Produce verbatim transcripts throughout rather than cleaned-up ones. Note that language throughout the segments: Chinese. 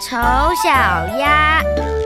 丑小鸭。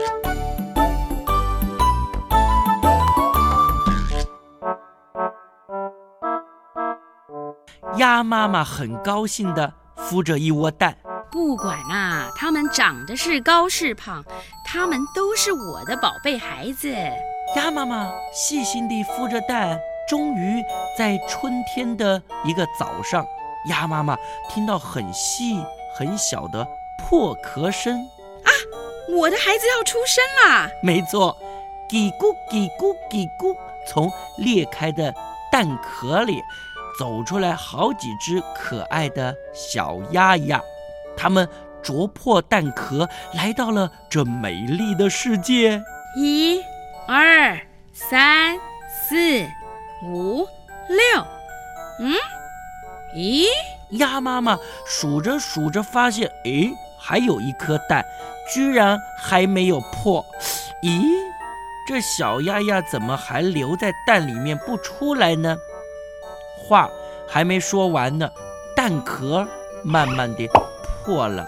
鸭妈妈很高兴地孵着一窝蛋。 不管啊，它们长得是高是胖，它们都是我的宝贝孩子。 鸭妈妈细心地孵着蛋，终于在春天的一个早上，鸭妈妈听到很细很小的破壳声。 啊，我的孩子要出生啦！ 没错，叽咕叽咕叽咕，从裂开的蛋壳里走出来好几只可爱的小鸭鸭，它们啄破蛋壳，来到了这美丽的世界。 一、二、三、四、五、六，嗯，咦？ 鸭妈妈数着数着，发现，诶，还有一颗蛋，居然还没有破。咦，这小鸭鸭怎么还留在蛋里面不出来呢？话还没说完呢，蛋壳慢慢地破了。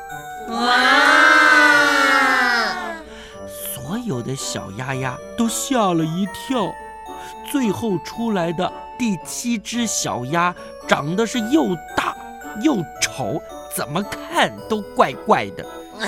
哇！ 所有的小鸭鸭都吓了一跳。最后出来的第七只小鸭长得是又大又丑，怎么看都怪怪的。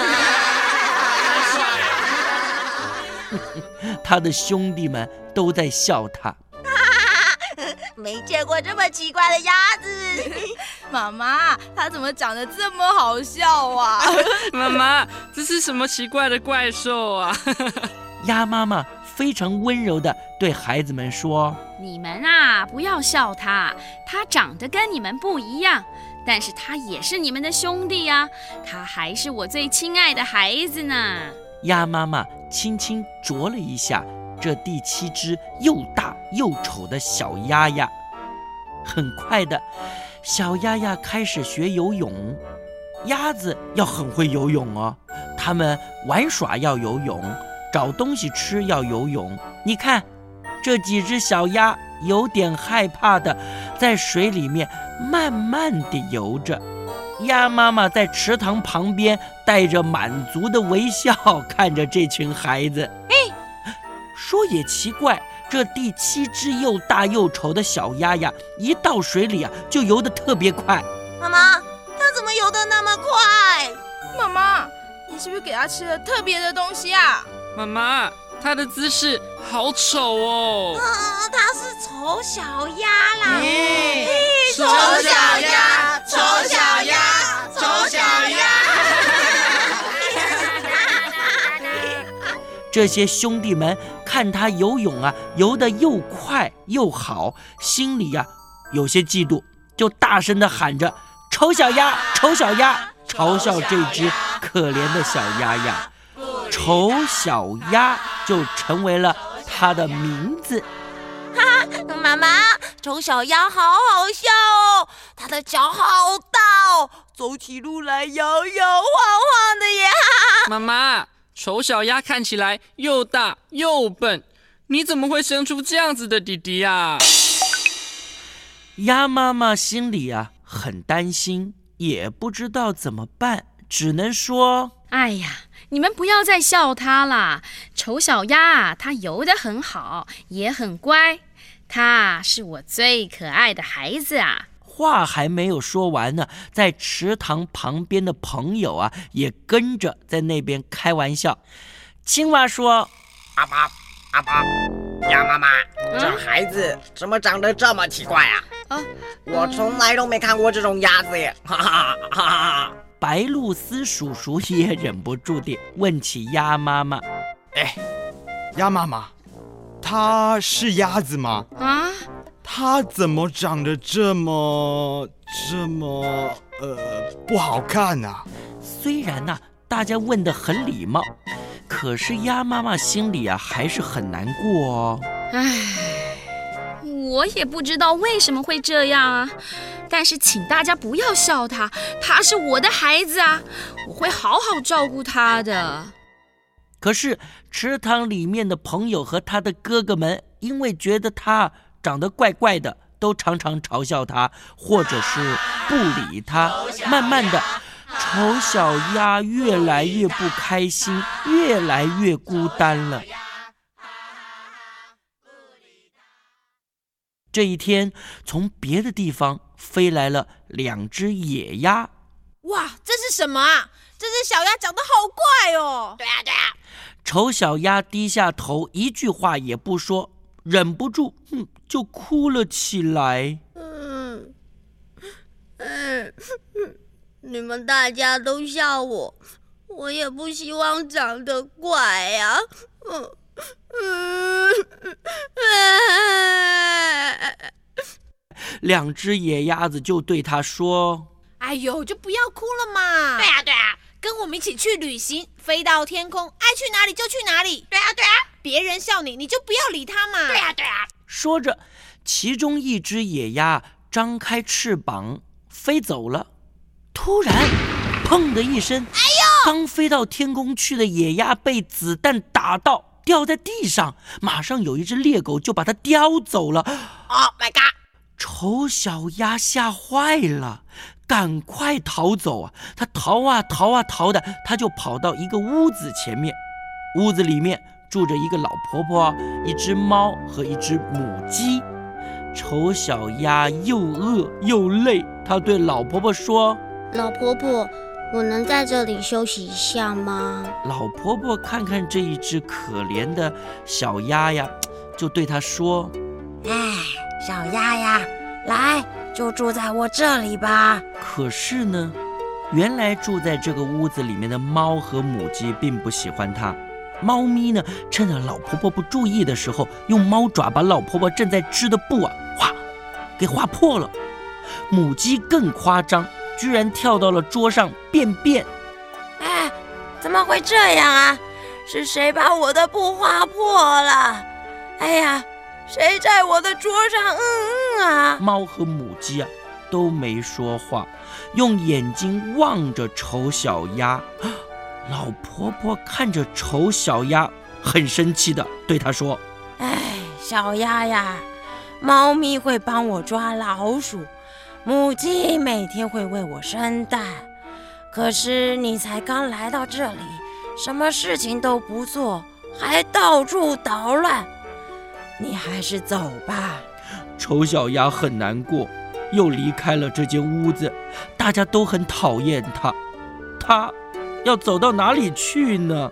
他的兄弟们都在笑他。 没见过这么奇怪的鸭子。 妈妈，它怎么长得这么好笑啊？ 妈妈，这是什么奇怪的怪兽啊？ 鸭妈妈非常温柔地对孩子们说： 你们啊，不要笑它，它长得跟你们不一样，但是它也是你们的兄弟啊，它还是我最亲爱的孩子呢。 鸭妈妈轻轻啄了一下这第七只又大又丑的小鸭鸭。很快的，小鸭鸭开始学游泳。鸭子要很会游泳哦，它们玩耍要游泳，找东西吃要游泳。你看，这几只小鸭有点害怕的在水里面慢慢地游着。鸭妈妈在池塘旁边带着满足的微笑看着这群孩子。 哎， 说也奇怪，这第七只又大又丑的小鸭鸭一到水里啊，就游得特别快。 妈妈，它怎么游得那么快？ 妈妈，你是不是给它吃了特别的东西啊？ 妈妈，它的姿势好丑哦。 嗯，它是丑小鸭啦。 咦， 丑小鸭，丑小鸭，丑小鸭。 这些兄弟们看他游泳啊，游得又快又好，心里啊有些嫉妒，就大声地喊着：丑小鸭，丑小鸭，嘲笑这只可怜的小鸭鸭。丑小鸭就成为了他的名字。 哈哈，妈妈，丑小鸭好好笑哦，它的脚好大哦，走起路来摇摇晃晃的呀。 妈妈，丑小鸭看起来又大又笨，你怎么会生出这样子的弟弟啊？ 鸭妈妈心里啊很担心，也不知道怎么办，只能说： 哎呀，你们不要再笑它啦！丑小鸭啊，它游得很好，也很乖，它是我最可爱的孩子啊！ 话还没有说完呢，在池塘旁边的朋友啊，也跟着在那边开玩笑。青蛙说： 阿爸，阿爸，鸭妈妈，这孩子怎么长得这么奇怪啊？ 啊， 我从来都没看过这种鸭子耶！哈哈哈哈。 白鹭鸶叔叔也忍不住地问起鸭妈妈： 哎，鸭妈妈，它是鸭子吗？ 啊？ 它怎么长得这么这么呃不好看啊？ 虽然呢、啊、大家问得很礼貌，可是鸭妈妈心里啊还是很难过哦。 唉，我也不知道为什么会这样啊，但是请大家不要笑他，他是我的孩子啊，我会好好照顾他的。 可是池塘里面的朋友和他的哥哥们，因为觉得他长得怪怪的，都常常嘲笑他，或者是不理他。慢慢的， 丑小鸭越来越不开心，越来越孤单了。这一天，从别的地方飞来了两只野鸭。 哇，这是什么啊？这只小鸭长得好怪哦！ 对啊，对啊。 丑小鸭低下头，一句话也不说，忍不住，哼，就哭了起来。 嗯嗯，你们大家都笑我，我也不希望长得怪呀、啊。嗯嗯嗯。 两只野鸭子就对他说：“ 哎呦，就不要哭了嘛！ 对啊，对啊， 跟我们一起去旅行，飞到天空，爱去哪里就去哪里。 对啊，对啊， 别人笑你，你就不要理他嘛。 对啊，对啊。” 说着，其中一只野鸭张开翅膀飞走了。突然，砰的一声，哎呦！刚飞到天空去的野鸭被子弹打到，掉在地上，马上有一只猎狗就把它叼走了。 Oh my god！ 丑小鸭吓坏了，赶快逃走啊！他逃啊逃啊逃的，他就跑到一个屋子前面。屋子里面住着一个老婆婆、一只猫和一只母鸡。丑小鸭又饿又累，他对老婆婆说：“ 老婆婆，我能在这里休息一下吗？” 老婆婆看看这一只可怜的小鸭呀，就对她说：“ 哎，小鸭呀，来，就住在我这里吧。” 可是呢，原来住在这个屋子里面的猫和母鸡并不喜欢它。猫咪呢，趁着老婆婆不注意的时候，用猫爪把老婆婆正在织的布啊，哗，给划破了。母鸡更夸张，居然跳到了桌上便便。 哎，怎么会这样啊？是谁把我的布划破了？哎呀，谁在我的桌上嗯嗯啊？ 猫和母鸡啊都没说话，用眼睛望着丑小鸭。老婆婆看着丑小鸭，很生气的对她说：“ 哎，小鸭呀，猫咪会帮我抓老鼠，母鸡每天会为我生蛋，可是你才刚来到这里，什么事情都不做，还到处捣乱，你还是走吧。” 丑小鸭很难过，又离开了这间屋子。大家都很讨厌它，它要走到哪里去呢？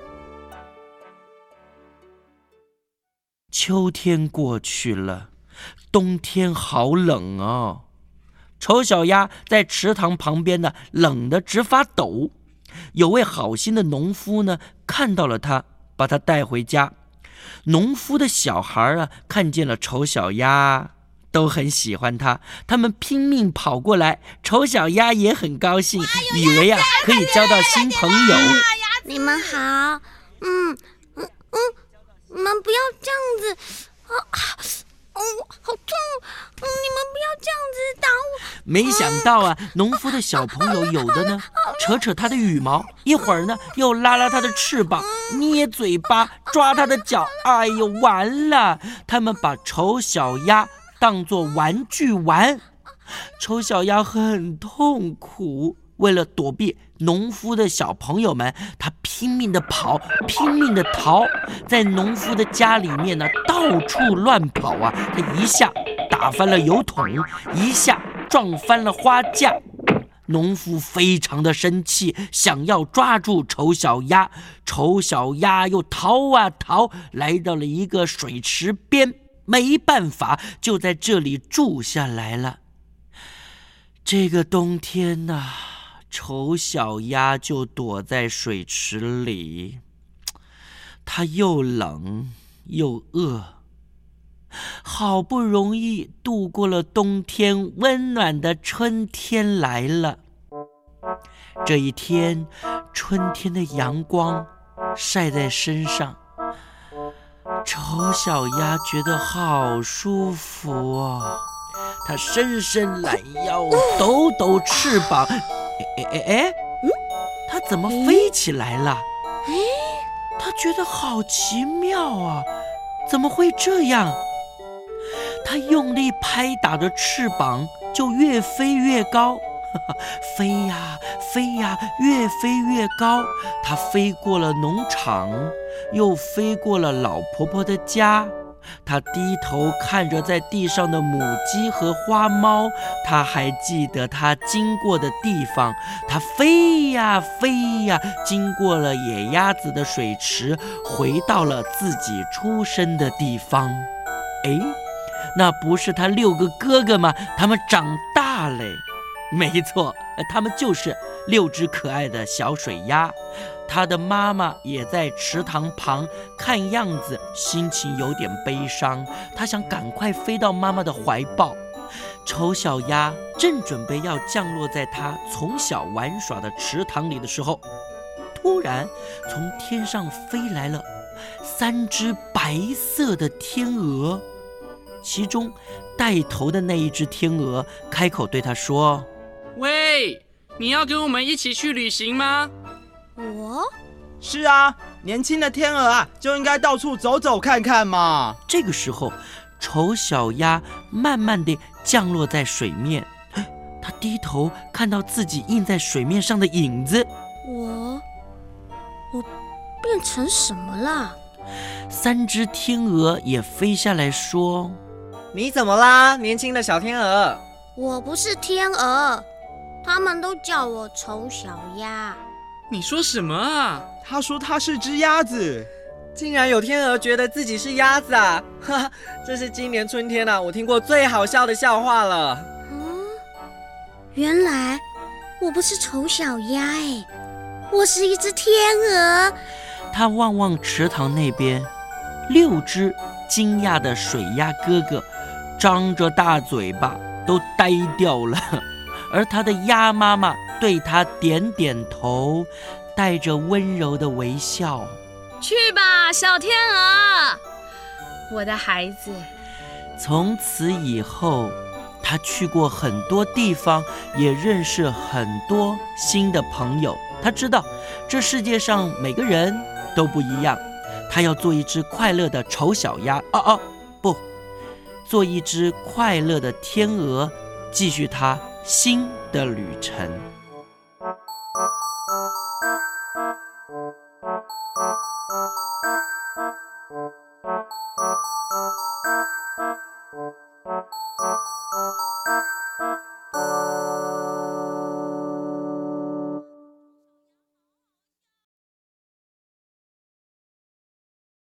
秋天过去了，冬天好冷哦。丑小鸭在池塘旁边呢，冷得直发抖。有位好心的农夫呢，看到了它，把它带回家。农夫的小孩啊，看见了丑小鸭，都很喜欢它，他们拼命跑过来。丑小鸭也很高兴，以为啊可以交到新朋友。 你们好，嗯嗯嗯，你们不要这样子，啊哦，好痛！嗯，你们不要这样子打我。 没想到啊，农夫的小朋友有的呢，扯扯他的羽毛，一会儿呢又拉拉他的翅膀，捏嘴巴，抓他的脚。哎呦，完了！他们把丑小鸭当作玩具玩，丑小鸭很痛苦。为了躲避农夫的小朋友们，他拼命地跑，拼命地逃，在农夫的家里面呢，到处乱跑啊！他一下打翻了油桶，一下撞翻了花架。农夫非常的生气，想要抓住丑小鸭。丑小鸭又逃啊逃，来到了一个水池边，没办法，就在这里住下来了。这个冬天呐、啊，丑小鸭就躲在水池里，它又冷又饿，好不容易度过了冬天，温暖的春天来了。这一天，春天的阳光晒在身上，丑小鸭觉得好舒服哦。它伸伸懒腰，抖抖翅膀，哎哎哎哎，嗯，它怎么飞起来了？哎，它觉得好奇妙啊，怎么会这样？它用力拍打着翅膀，就越飞越高。 飞呀飞呀，越飞越高。它飞过了农场，又飞过了老婆婆的家。他低头看着在地上的母鸡和花猫，他还记得他经过的地方。他飞呀飞呀，经过了野鸭子的水池，回到了自己出生的地方。诶，那不是他六个哥哥吗？他们长大了。没错，他们就是六只可爱的小水鸭。他的妈妈也在池塘旁，看样子心情有点悲伤。他想赶快飞到妈妈的怀抱。丑小鸭正准备要降落在他从小玩耍的池塘里的时候，突然从天上飞来了三只白色的天鹅。其中带头的那一只天鹅开口对他说： 喂，你要跟我们一起去旅行吗？ 我？ 是啊，年轻的天鹅啊，就应该到处走走看看嘛。 这个时候，丑小鸭慢慢地降落在水面，他低头看到自己印在水面上的影子。 我，我变成什么了？ 三只天鹅也飞下来说： 你怎么啦，年轻的小天鹅？ 我不是天鹅，他们都叫我丑小鸭。 你说什么啊？ 他说他是只鸭子。 竟然有天鹅觉得自己是鸭子啊！哈哈，这是今年春天啊，我听过最好笑的笑话了。 嗯，原来我不是丑小鸭哎，我是一只天鹅。 他望望池塘那边，六只惊讶的水鸭哥哥张着大嘴巴都呆掉了，而他的鸭妈妈对他点点头，带着温柔的微笑。 去吧，小天鹅，我的孩子。 从此以后，他去过很多地方，也认识很多新的朋友。他知道这世界上每个人都不一样，他要做一只快乐的丑小鸭，哦哦，不，做一只快乐的天鹅，继续他新的旅程。